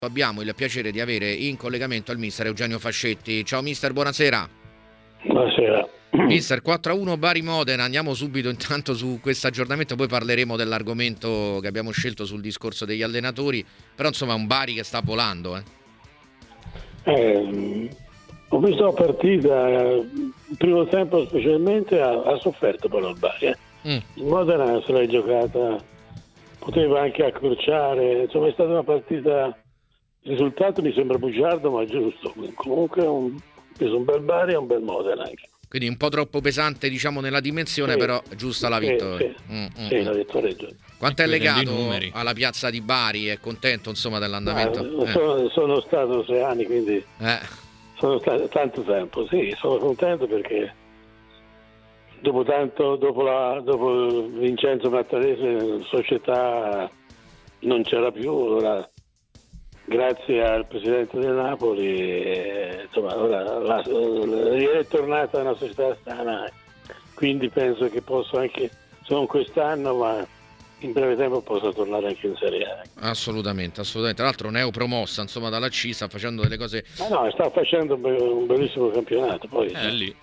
Abbiamo il piacere di avere in collegamento il mister Eugenio Fascetti. Ciao mister, buonasera. Buonasera. Mister, 4-1 Bari-Modena, andiamo subito intanto su questo aggiornamento, poi parleremo dell'argomento che abbiamo scelto sul discorso degli allenatori, però insomma è un Bari che sta volando. Ho visto la partita, il primo tempo specialmente ha sofferto però il Bari. Il Modena se l'è giocata, poteva anche accorciare, insomma è stata una partita. Il risultato mi sembra bugiardo ma giusto, comunque preso un bel Bari e un bel Modena anche. Quindi un po' troppo pesante diciamo nella dimensione, sì, però giusta la vittoria. Sì, la vittoria è giusta. Quanto è legato alla piazza di Bari? È contento insomma dell'andamento? Sono stato 6 anni, quindi sono stato tanto tempo, sì, sono contento perché dopo Vincenzo Mattarese la società non c'era più, ora grazie al presidente del Napoli, insomma, ora è tornata una società sana, quindi penso che posso anche, se non quest'anno, ma in breve tempo posso tornare anche in Serie A. Assolutamente. Tra l'altro neopromossa, insomma, dalla C, sta facendo delle cose. Sta facendo un bellissimo campionato, poi. Lì.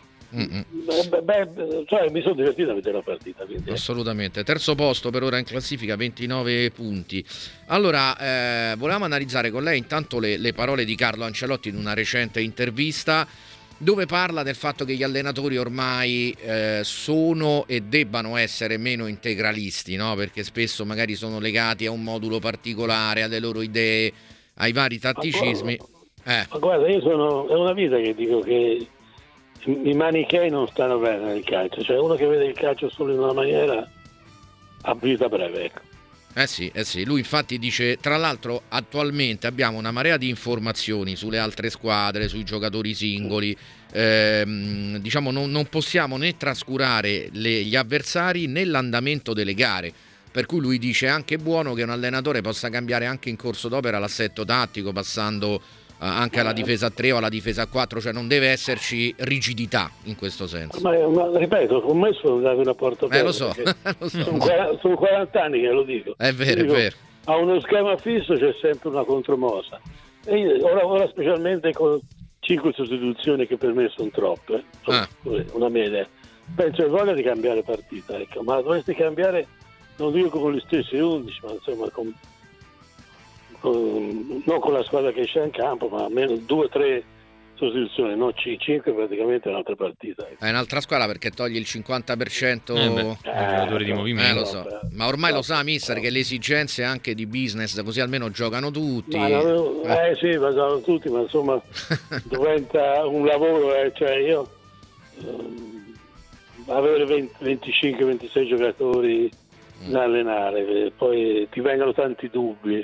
Mi sono divertito a vedere la partita, quindi. Assolutamente. Terzo posto per ora in classifica, 29 punti. Allora, volevamo analizzare con lei intanto le parole di Carlo Ancelotti in una recente intervista, dove parla del fatto che gli allenatori ormai sono e debbano essere meno integralisti, no? Perché spesso magari sono legati a un modulo particolare, alle loro idee, ai vari tatticismi. Ma guarda, è una vita che dico che i manichei non stanno bene nel calcio, cioè uno che vede il calcio solo in una maniera ha vita breve, ecco. Sì, lui infatti dice, tra l'altro attualmente abbiamo una marea di informazioni sulle altre squadre, sui giocatori singoli, diciamo non possiamo né trascurare gli avversari né l'andamento delle gare, per cui lui dice è anche buono che un allenatore possa cambiare anche in corso d'opera l'assetto tattico, passando anche alla difesa a 3 o alla difesa a 4, cioè non deve esserci rigidità in questo senso. Ma ripeto, con me sono dato una porta aperta. Lo so. Sono 40 anni che lo dico. È vero. A uno schema fisso c'è sempre una contromossa. E ora specialmente con 5 sostituzioni che per me sono troppe, una media. Penso che voglia di cambiare partita, ecco. Ma dovresti cambiare, non dico con gli stessi 11, ma insomma non con la squadra che c'è in campo, ma almeno 2 o 3 sostituzioni, no 5 praticamente è un'altra partita. È un'altra squadra perché toglie il 50% giocatori di movimento. Lo so. Ma ormai lo sa mister che le esigenze anche di business, così almeno giocano tutti. Sì, giocano tutti, ma insomma diventa un lavoro, cioè io avere 25-26 giocatori da allenare, poi ti vengono tanti dubbi.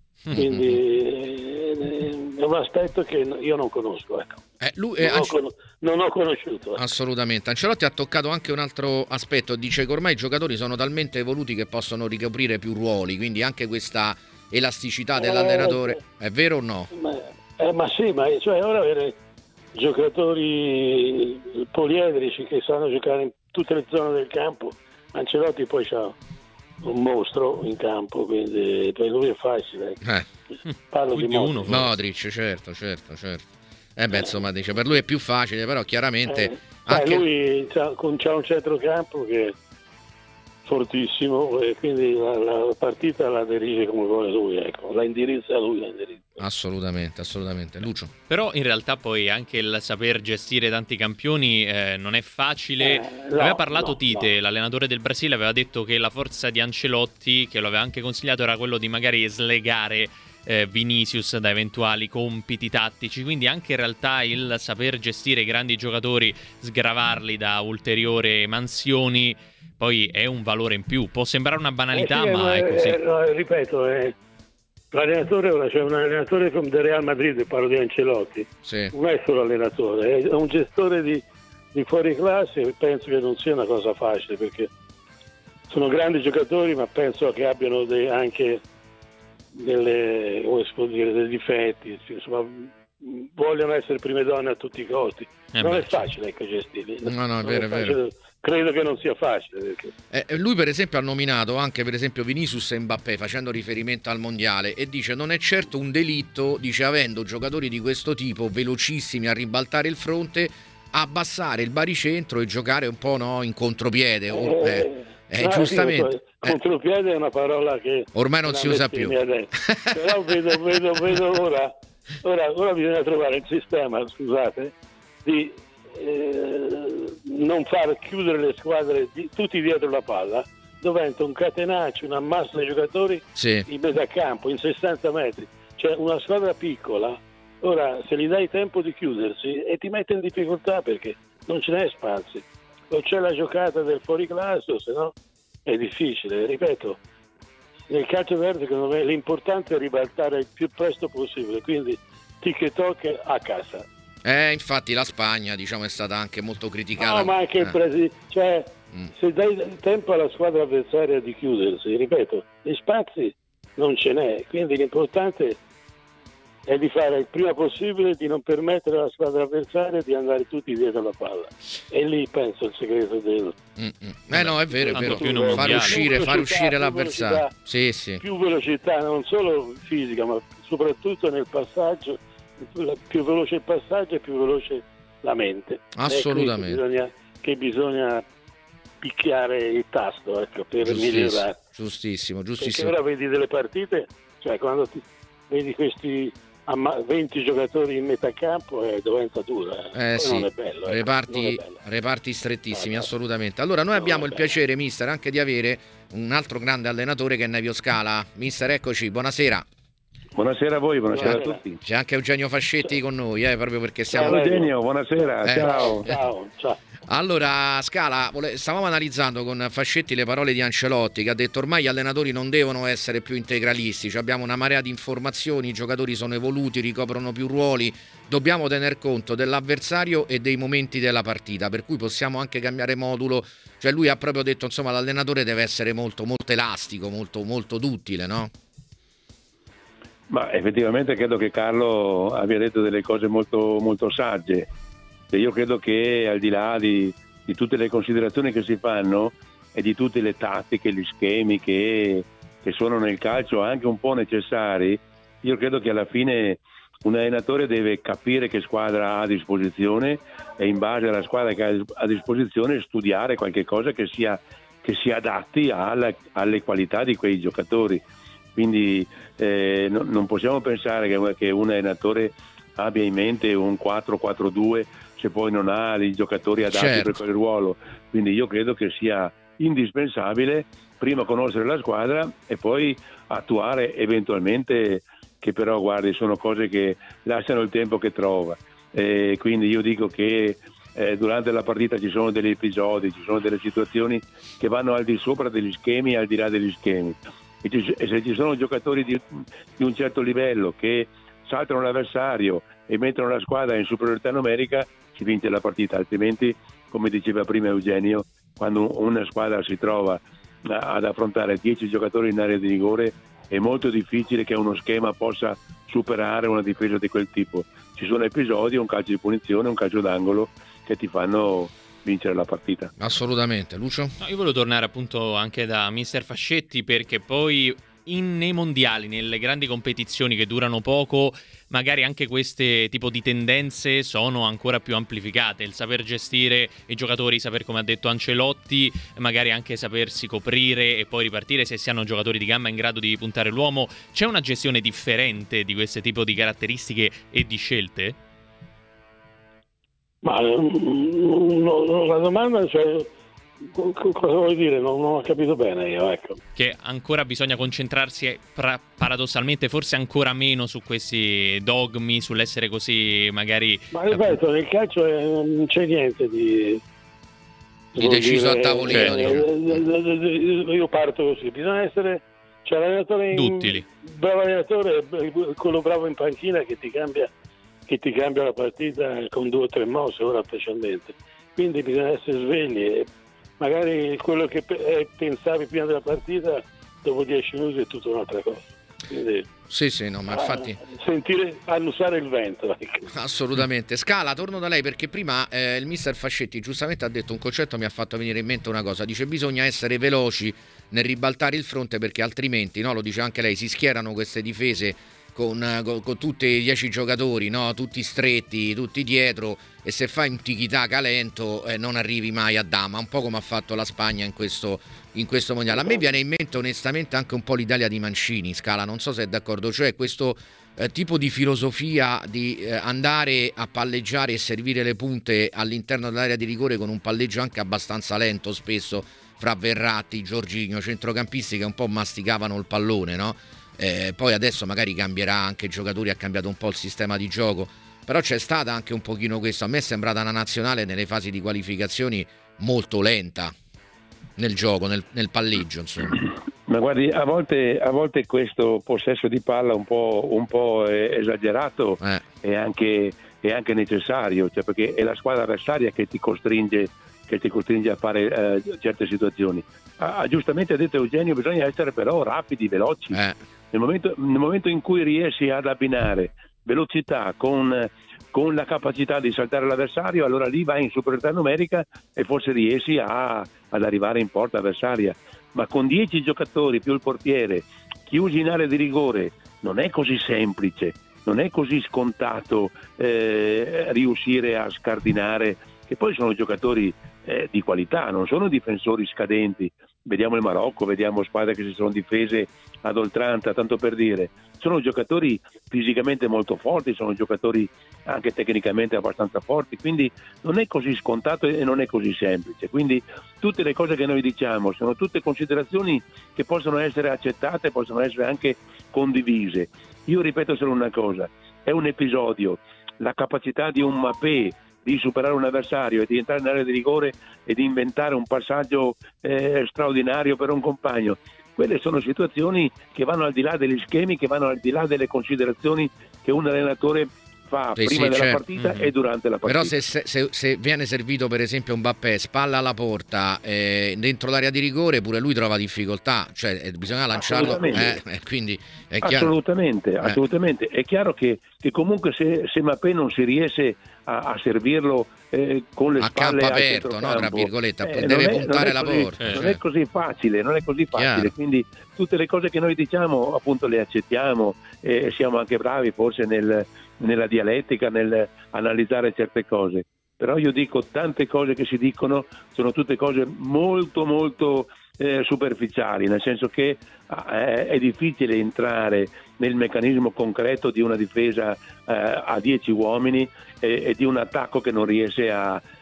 Quindi è un aspetto che io non conosco, ecco. Non ho conosciuto. Assolutamente. Ancelotti ha toccato anche un altro aspetto, dice che ormai i giocatori sono talmente evoluti che possono ricoprire più ruoli, quindi anche questa elasticità dell'allenatore, è vero o no? Ma sì, ma cioè ora avere giocatori poliedrici che sanno giocare in tutte le zone del campo, Ancelotti poi c'ha un mostro in campo, quindi per lui è facile. Parlo di Modric, certo. Insomma, dice per lui è più facile, però chiaramente lui c'ha un centrocampo che è fortissimo e quindi la partita la dirige come vuole lui, ecco. La indirizza lui. Assolutamente. Lucio. Però in realtà poi anche il saper gestire tanti campioni non è facile. Aveva parlato Tite, l'allenatore del Brasile, aveva detto che la forza di Ancelotti, che lo aveva anche consigliato, era quello di magari slegare Vinicius da eventuali compiti tattici, quindi anche in realtà il saper gestire i grandi giocatori, sgravarli da ulteriori mansioni, poi è un valore in più. Può sembrare una banalità, ma è così. Ripeto, l'allenatore ora c'è un allenatore come del Real Madrid, parlo di Ancelotti, sì. Non è solo allenatore, è un gestore di fuori classe e penso che non sia una cosa facile perché sono grandi giocatori, ma penso che abbiano anche dei difetti, insomma vogliono essere prime donne a tutti i costi. Non è facile, ecco, gestirli. No, è vero. credo che non sia facile. Perché... lui per esempio ha nominato anche per esempio Vinicius e Mbappé facendo riferimento al mondiale e dice non è certo un delitto, dice, avendo giocatori di questo tipo velocissimi a ribaltare il fronte, abbassare il baricentro e giocare un po', no, in contropiede. Giustamente contropiede è una parola che ormai non si usa più. Però vedo ora bisogna trovare il sistema, scusate, di non far chiudere le squadre tutti dietro la palla. Diventa un catenaccio, un ammasso di giocatori in metà campo, in 60 metri. Cioè una squadra piccola, ora se gli dai tempo di chiudersi e ti mette in difficoltà perché non ce n'è spazio. O c'è la giocata del fuoriclasse, se no è difficile. Ripeto, nel calcio verde secondo me l'importante è ribaltare il più presto possibile, quindi tic e toc a casa. Infatti la Spagna, diciamo, è stata anche molto criticata. No, ma anche il Brasile, cioè se dai tempo alla squadra avversaria di chiudersi, ripeto, gli spazi non ce n'è, quindi l'importante è di fare il prima possibile, di non permettere alla squadra avversaria di andare tutti dietro la palla. E lì penso il segreto del... no, è vero, far uscire l'avversario. Più velocità, non solo fisica, ma soprattutto nel passaggio. Più veloce il passaggio e più veloce la mente. Assolutamente. Bisogna picchiare il tasto, ecco, per migliorare. Giustissimo. Perché ora vedi delle partite, cioè quando vedi questi 20 giocatori in metà campo diventa dura. Non è bello. Reparti strettissimi, assolutamente. Allora noi abbiamo il piacere, mister, anche di avere un altro grande allenatore che è Nevio Scala. Mister, eccoci, buonasera. Buonasera a voi, buonasera a tutti. C'è anche Eugenio Fascetti con noi, proprio perché siamo... Ciao Eugenio, buonasera, ciao. Allora, Scala, stavamo analizzando con Fascetti le parole di Ancelotti, che ha detto ormai gli allenatori non devono essere più integralisti, cioè abbiamo una marea di informazioni, i giocatori sono evoluti, ricoprono più ruoli, dobbiamo tener conto dell'avversario e dei momenti della partita, per cui possiamo anche cambiare modulo, cioè lui ha proprio detto, insomma, l'allenatore deve essere molto, molto elastico, molto, molto duttile, no? Ma effettivamente credo che Carlo abbia detto delle cose molto, molto sagge. Io credo che al di là di tutte le considerazioni che si fanno e di tutte le tattiche, gli schemi che sono nel calcio anche un po' necessari, io credo che alla fine un allenatore deve capire che squadra ha a disposizione e in base alla squadra che ha a disposizione studiare qualche cosa che si adatti alle qualità di quei giocatori. Quindi non possiamo pensare che un allenatore abbia in mente un 4-4-2 se poi non ha i giocatori adatti per quel ruolo. Quindi io credo che sia indispensabile prima conoscere la squadra e poi attuare eventualmente, che però guardi sono cose che lasciano il tempo che trova. Quindi io dico che durante la partita ci sono degli episodi, ci sono delle situazioni che vanno al di sopra degli schemi e al di là degli schemi. E se ci sono giocatori di un certo livello che saltano l'avversario e mettono la squadra in superiorità numerica, si vince la partita. Altrimenti, come diceva prima Eugenio, quando una squadra si trova ad affrontare 10 giocatori in area di rigore è molto difficile che uno schema possa superare una difesa di quel tipo. Ci sono episodi, un calcio di punizione, un calcio d'angolo che ti fanno vincere la partita. Assolutamente. Lucio? No, io volevo tornare appunto anche da mister Fascetti, perché poi nei mondiali, nelle grandi competizioni che durano poco, magari anche queste tipo di tendenze sono ancora più amplificate. Il saper gestire i giocatori, saper, come ha detto Ancelotti, magari anche sapersi coprire e poi ripartire se si hanno giocatori di gamma in grado di puntare l'uomo. C'è una gestione differente di questo tipo di caratteristiche e di scelte? Ma la domanda, cioè, cosa vuoi dire? Non ho capito bene io, ecco. Che ancora bisogna concentrarsi paradossalmente forse ancora meno su questi dogmi, sull'essere così magari... Ma ripeto, nel calcio non c'è niente di deciso a tavolino. Io parto così, bisogna essere... C'è l'allenatore duttili. Bravo allenatore, quello bravo in panchina che ti cambia la partita con 2 o 3 mosse, ora specialmente. Quindi bisogna essere svegli e magari quello che pensavi prima della partita dopo 10 minuti è tutta un'altra cosa. Quindi, sì, no, ma infatti annusare il vento. assolutamente. Scala, torno da lei perché prima il mister Fascetti giustamente ha detto un concetto, mi ha fatto venire in mente una cosa, dice bisogna essere veloci nel ribaltare il fronte perché altrimenti, no, lo dice anche lei, si schierano queste difese con tutti i 10 giocatori, no, tutti stretti, tutti dietro, e se fai un tiki-taka lento non arrivi mai a dama, un po' come ha fatto la Spagna in questo mondiale. A me viene in mente onestamente anche un po' l'Italia di Mancini, Scala, non so se è d'accordo, cioè questo tipo di filosofia di andare a palleggiare e servire le punte all'interno dell'area di rigore con un palleggio anche abbastanza lento spesso fra Verratti, Jorginho, centrocampisti che un po' masticavano il pallone, no? Poi adesso magari cambierà anche i giocatori, ha cambiato un po' il sistema di gioco, però c'è stata anche un pochino questo. A me è sembrata una nazionale nelle fasi di qualificazioni molto lenta nel gioco, nel palleggio, insomma. Ma guardi, a volte questo possesso di palla un po' esagerato è anche necessario, cioè perché è la squadra avversaria che ti costringe a fare certe situazioni. Giustamente ha detto Eugenio, bisogna essere però rapidi, veloci. Nel momento in cui riesci ad abbinare velocità con la capacità di saltare l'avversario, allora lì vai in superiorità numerica e forse riesci ad arrivare in porta avversaria. Ma con 10 giocatori più il portiere chiusi in area di rigore non è così semplice, non è così scontato riuscire a scardinare, che poi sono giocatori di qualità, non sono difensori scadenti. Vediamo il Marocco, vediamo squadre che si sono difese ad oltranza, tanto per dire. Sono giocatori fisicamente molto forti, sono giocatori anche tecnicamente abbastanza forti, quindi non è così scontato e non è così semplice. Quindi tutte le cose che noi diciamo sono tutte considerazioni che possono essere accettate, possono essere anche condivise. Io ripeto solo una cosa, è un episodio, la capacità di un Mbappé di superare un avversario e di entrare in area di rigore e di inventare un passaggio straordinario per un compagno. Quelle sono situazioni che vanno al di là degli schemi, che vanno al di là delle considerazioni che un allenatore fa prima della partita e durante la partita. Però se viene servito per esempio un Mbappé spalla alla porta dentro l'area di rigore, pure lui trova difficoltà, cioè bisogna lanciarlo, quindi è chiaro. Assolutamente. È chiaro che comunque se Mbappé non si riesce a servirlo con le spalle a campo aperto, no, tra virgolette, deve puntare la porta. Non è così facile, Chiaro. Quindi tutte le cose che noi diciamo appunto le accettiamo e siamo anche bravi forse nella dialettica, nel analizzare certe cose. Però io dico, tante cose che si dicono sono tutte cose molto molto superficiali, nel senso che è difficile entrare nel meccanismo concreto di una difesa a 10 uomini e di un attacco che non riesce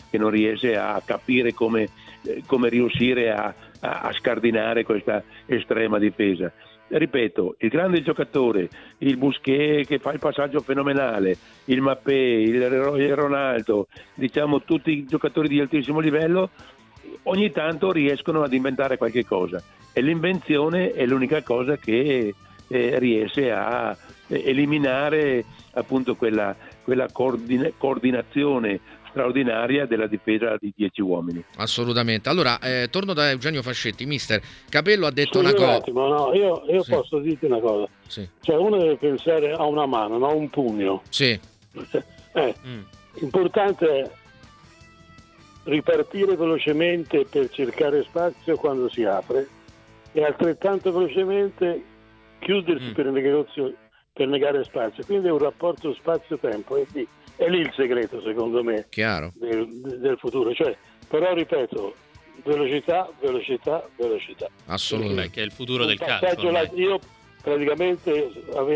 a capire come riuscire a scardinare questa estrema difesa. Ripeto, il grande giocatore, il Busquets che fa il passaggio fenomenale, il Mbappé, il Ronaldo, diciamo tutti i giocatori di altissimo livello, ogni tanto riescono ad inventare qualche cosa e l'invenzione è l'unica cosa che riesce a eliminare appunto quella coordinazione straordinaria della difesa di 10 uomini. Assolutamente. Allora, torno da Eugenio Fascetti. Mister, Capello ha detto una cosa. Un attimo, no, io sì. Posso dirti una cosa. Sì. Cioè, uno deve pensare a una mano, non a un pugno. Sì. Importante è ripartire velocemente per cercare spazio quando si apre e altrettanto velocemente chiudersi per negare spazio. Quindi è un rapporto spazio-tempo. È lì il segreto, secondo me, chiaro, del futuro. Cioè, però ripeto, velocità. Assolutamente, che è il futuro del calcio. Io praticamente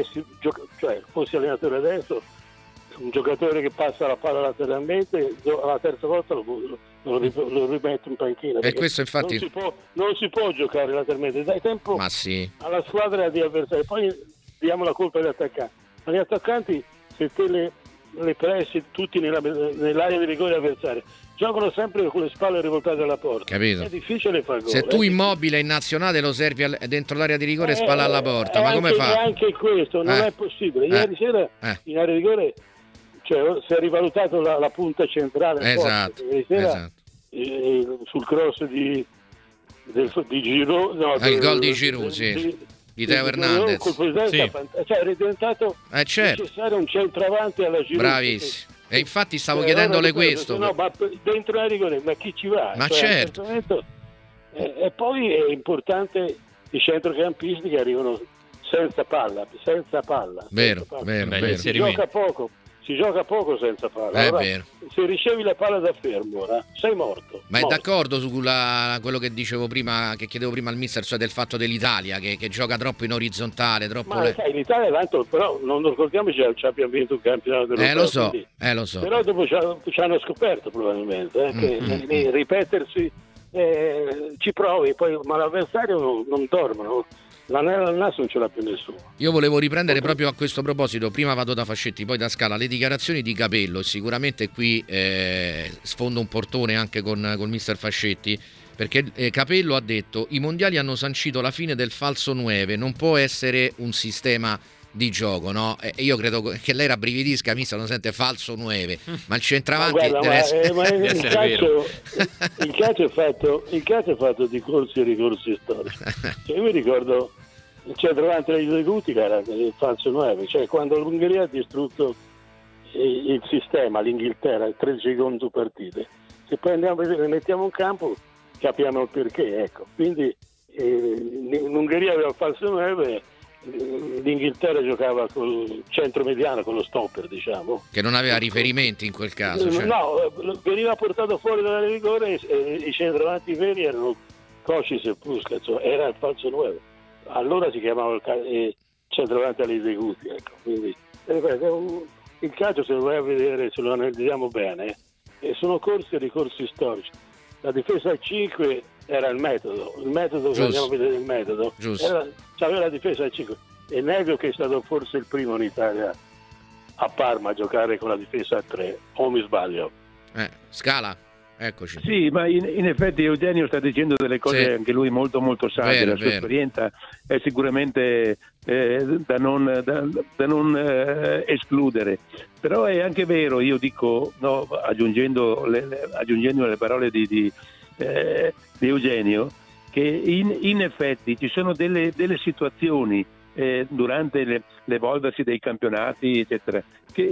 fossi allenatore adesso, un giocatore che passa la palla lateralmente, alla terza volta lo rimetto in panchina. E questo infatti non si può giocare lateralmente, dai tempo alla squadra di avversari, poi diamo la colpa agli attaccanti. Ma gli attaccanti, se te le pressi tutti nell'area di rigore avversaria, giocano sempre con le spalle rivoltate alla porta. Capito? È difficile far gol. Se tu Immobile in nazionale lo servi dentro l'area di rigore, spalla alla porta, ma come fa? Anche questo non è possibile. Ieri sera in area di rigore si è rivalutato la punta centrale. Esatto. Ieri sera sul cross di Giroud, il gol di Giroud, sì. di Teo Hernandez. Cioè è diventato certo. necessario un centravanti alla Giroud. Bravissimo. E infatti stavo chiedendole questo. No, ma dentro la rigore, ma chi ci va? Ma cioè, certo. E poi è importante i centrocampisti che arrivano senza palla. Vero. Si gioca poco senza palla. È allora, vero. se ricevi la palla da fermo, sei morto. Ma è d'accordo su quello che dicevo prima, che chiedevo prima al mister, cioè del fatto dell'Italia che gioca troppo in orizzontale, troppo. Ma sai, l'Italia tanto, però non ricordiamoci che abbiamo vinto un campionato europeo. Lo so. Però dopo ci hanno scoperto probabilmente che ripetersi ci provi, poi ma l'avversario non dormono. L'anello al naso non ce l'ha più nessuno. Io volevo riprendere proprio a questo proposito, prima vado da Fascetti, poi da Scala, le dichiarazioni di Capello, e sicuramente qui sfondo un portone anche con mister Fascetti, perché Capello ha detto: i mondiali hanno sancito la fine del falso 9, non può essere un sistema di gioco, no? E io credo che lei rabbrividisca, mister, non sente falso 9, ma il centravanti deve essere... il calcio è fatto di corsi e ricorsi storici. Cioè, io mi ricordo il centravanti dei Guti che era il falso 9, cioè quando l'Ungheria ha distrutto il sistema, l'Inghilterra, 13 secondi partite, se poi andiamo a vedere, mettiamo in campo, capiamo il perché, ecco. Quindi l'Ungheria aveva il falso 9, l'Inghilterra giocava col centro mediano, con lo stopper, diciamo, che non aveva riferimenti in quel caso, cioè. No, veniva portato fuori dalla rigore e i centravanti veri erano Košić e Puskas, era il falso 9, allora si chiamava il centravanti alle Guti, ecco. Quindi il calcio, se lo vai a vedere, se lo analizziamo bene, sono corsi e ricorsi storici. La difesa a 5 era il metodo, se andiamo a vedere il metodo, c'aveva la difesa a 5. E Nevio, che è stato forse il primo in Italia a Parma a giocare con la difesa a 3, o mi sbaglio? Scala, eccoci. Sì, ma in effetti Eugenio sta dicendo delle cose anche lui molto molto sagge, la sua esperienza è sicuramente da non escludere, però è anche vero, io dico, no, aggiungendo le parole di Eugenio, che in effetti ci sono delle situazioni durante l'evolversi dei campionati, eccetera,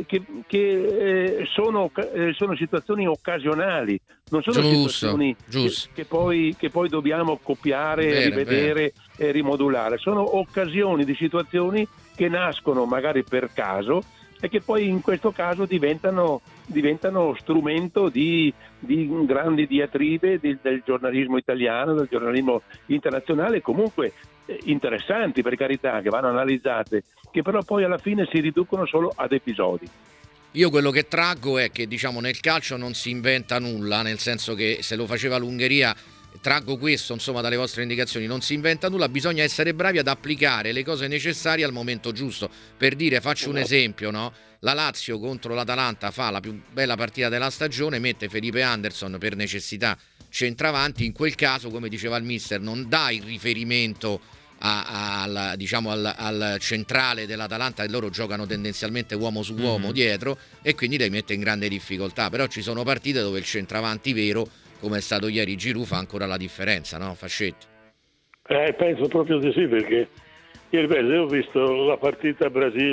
che sono situazioni occasionali, non sono situazioni che poi dobbiamo copiare, rivedere e rimodulare. Sono occasioni di situazioni che nascono magari per caso e che poi in questo caso diventano strumento di grandi diatribe del giornalismo italiano, del giornalismo internazionale, comunque interessanti, per carità, che vanno analizzate, che però poi alla fine si riducono solo ad episodi. Io quello che traggo è che, diciamo, nel calcio non si inventa nulla, nel senso che se lo faceva l'Ungheria, traggo questo, insomma, dalle vostre indicazioni, non si inventa nulla, bisogna essere bravi ad applicare le cose necessarie al momento giusto. Per dire, faccio un esempio, no? La Lazio contro l'Atalanta fa la più bella partita della stagione, mette Felipe Anderson per necessità centravanti, in quel caso, come diceva il mister, non dà il riferimento al centrale dell'Atalanta, che loro giocano tendenzialmente uomo su uomo dietro, e quindi le mette in grande difficoltà. Però ci sono partite dove il centravanti vero, come è stato ieri Giroud, fa ancora la differenza, no, Fascetti? Penso proprio di sì, perché io ripeto, ho visto la partita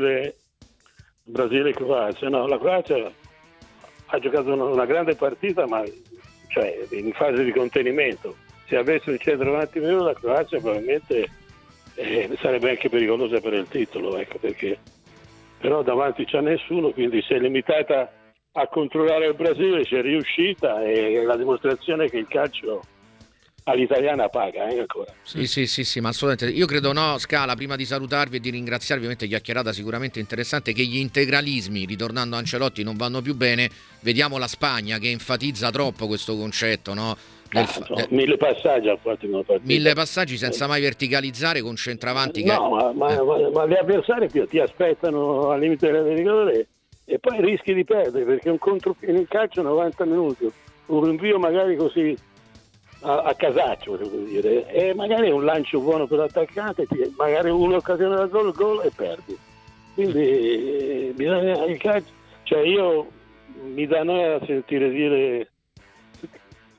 Brasile-Croazia, no, la Croazia ha giocato una grande partita, ma cioè in fase di contenimento. Se avesse il centravanti vero, la Croazia probabilmente sarebbe anche pericolosa per il titolo, ecco, perché però davanti c'è nessuno, quindi si è limitata a controllare il Brasile, ci è riuscita, e la dimostrazione che il calcio all'italiana paga ancora. Sì, ma assolutamente. Io credo, no, Scala, prima di salutarvi e di ringraziarvi, ovviamente chiacchierata sicuramente interessante, che gli integralismi, ritornando a Ancelotti, non vanno più bene. Vediamo la Spagna che enfatizza troppo questo concetto, no? 1000 passaggi ha fatto in una partita. 1000 passaggi senza mai verticalizzare, con centravanti che... No, ma gli avversari ti aspettano al limite della rigore e poi rischi di perdere, perché un contropiede in calcio 90 minuti, un rinvio magari così a casaccio, devo dire, e magari un lancio buono per l'attaccante, magari un'occasione da gol e perdi. Quindi bisogna il calcio, cioè io mi dà noia a sentire dire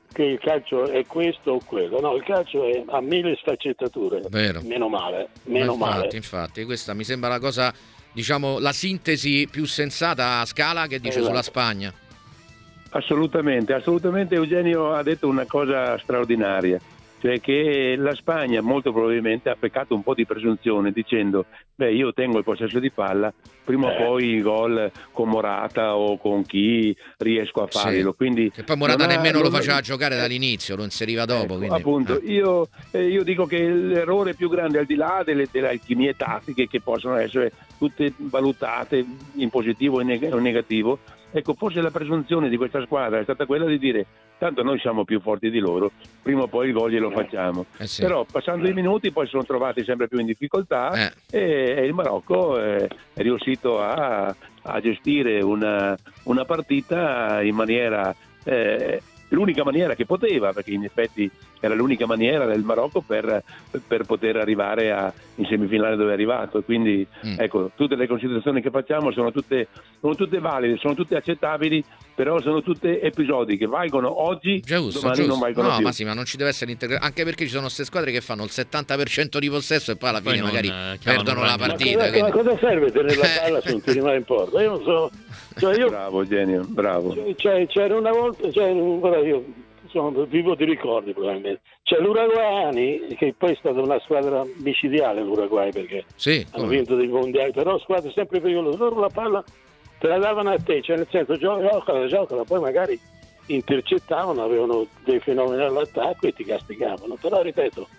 che il calcio è questo o quello, no, il calcio ha 1000 sfaccettature. Vero. Meno male. Infatti, questa mi sembra la cosa, diciamo, la sintesi più sensata a Scala che dice sulla Spagna. Assolutamente, Eugenio ha detto una cosa straordinaria, cioè che la Spagna molto probabilmente ha peccato un po' di presunzione dicendo io tengo il possesso di palla, prima o poi il gol con Morata o con chi riesco a farlo. Quindi che poi Morata nemmeno lo faceva giocare dall'inizio, lo inseriva dopo. Quindi, appunto, io dico che l'errore più grande, al di là delle alchimie tattiche che possono essere tutte valutate in positivo e in negativo, ecco, forse la presunzione di questa squadra è stata quella di dire tanto noi siamo più forti di loro, prima o poi il gol glielo facciamo. Però passando i minuti poi sono trovati sempre più in difficoltà e il Marocco è riuscito a gestire una partita in maniera l'unica maniera che poteva, perché in effetti era l'unica maniera del Marocco per poter arrivare in semifinale dove è arrivato. Quindi ecco, tutte le considerazioni che facciamo sono tutte valide, sono tutte accettabili, però sono tutte episodi che valgono oggi, domani non valgono più. Ma sì, ma non ci deve essere integrazione, anche perché ci sono queste squadre che fanno il 70% di possesso e poi alla fine magari perdono la partita. Ma cosa serve tenere la palla se non ti rimane in porta? Io non so. Bravo Genio, bravo. C'era una volta, io vivo di ricordi probabilmente. C'è l'Uruguay, che poi è stata una squadra micidiale l'Uruguay, perché hanno vinto dei mondiali, però squadre sempre pericolose. Loro la palla te la davano a te, cioè nel senso giocala, poi magari intercettavano, avevano dei fenomeni all'attacco e ti castigavano. Però ripeto,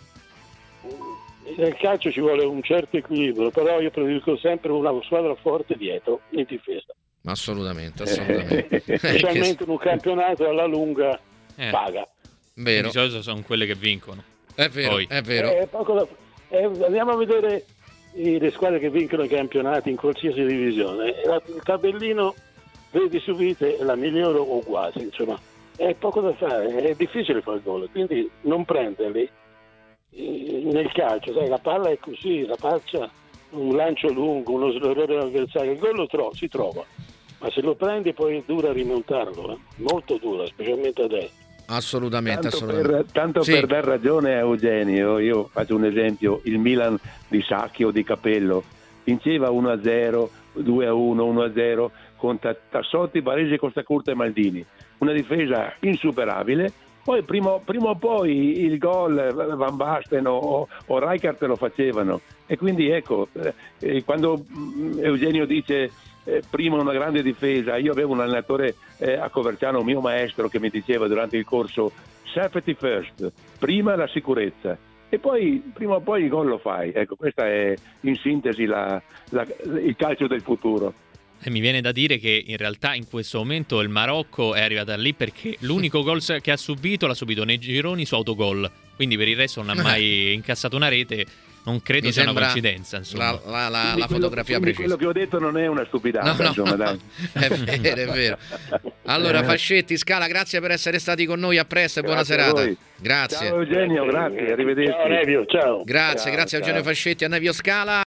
nel calcio ci vuole un certo equilibrio, però io prediligo sempre una squadra forte dietro, in difesa. Assolutamente. Specialmente in un campionato alla lunga paga. Vero. Di solito sono quelle che vincono. È vero. Andiamo a vedere le squadre che vincono i campionati in qualsiasi divisione. Il tabellino, vedi subito, è la migliore o quasi, insomma. È poco da fare, è difficile fare gol, quindi non prenderli nel calcio, sai, la palla è così, la faccia, un lancio lungo, uno errore dell'avversario, il gol si trova, ma se lo prendi poi è dura rimontarlo, molto dura, specialmente adesso. Assolutamente. Tanto per dar ragione a Eugenio, io faccio un esempio: il Milan di Sacchi o di Capello vinceva 1-0, 2-1, 1-0 con Tassotti, Baresi, Costacurta e Maldini, una difesa insuperabile. Poi prima o poi il gol Van Basten o Rijkaard te lo facevano, e quindi ecco, quando Eugenio dice prima una grande difesa, io avevo un allenatore a Coverciano, un mio maestro, che mi diceva durante il corso safety first, prima la sicurezza e poi prima o poi il gol lo fai. Ecco, questa è in sintesi il calcio del futuro. E mi viene da dire che in realtà in questo momento il Marocco è arrivato lì perché l'unico gol che ha subito l'ha subito nei gironi su autogol, quindi per il resto non ha mai incassato una rete. Non credo sia una coincidenza, insomma. La fotografia precisa. Quello che ho detto non è una stupidata, insomma, dai. È vero. Allora, Fascetti, Scala, grazie per essere stati con noi, a presto e buona serata. Grazie. Ciao Eugenio, grazie, arrivederci. Ciao Nevio, ciao. Grazie a Eugenio Fascetti, a Nevio Scala.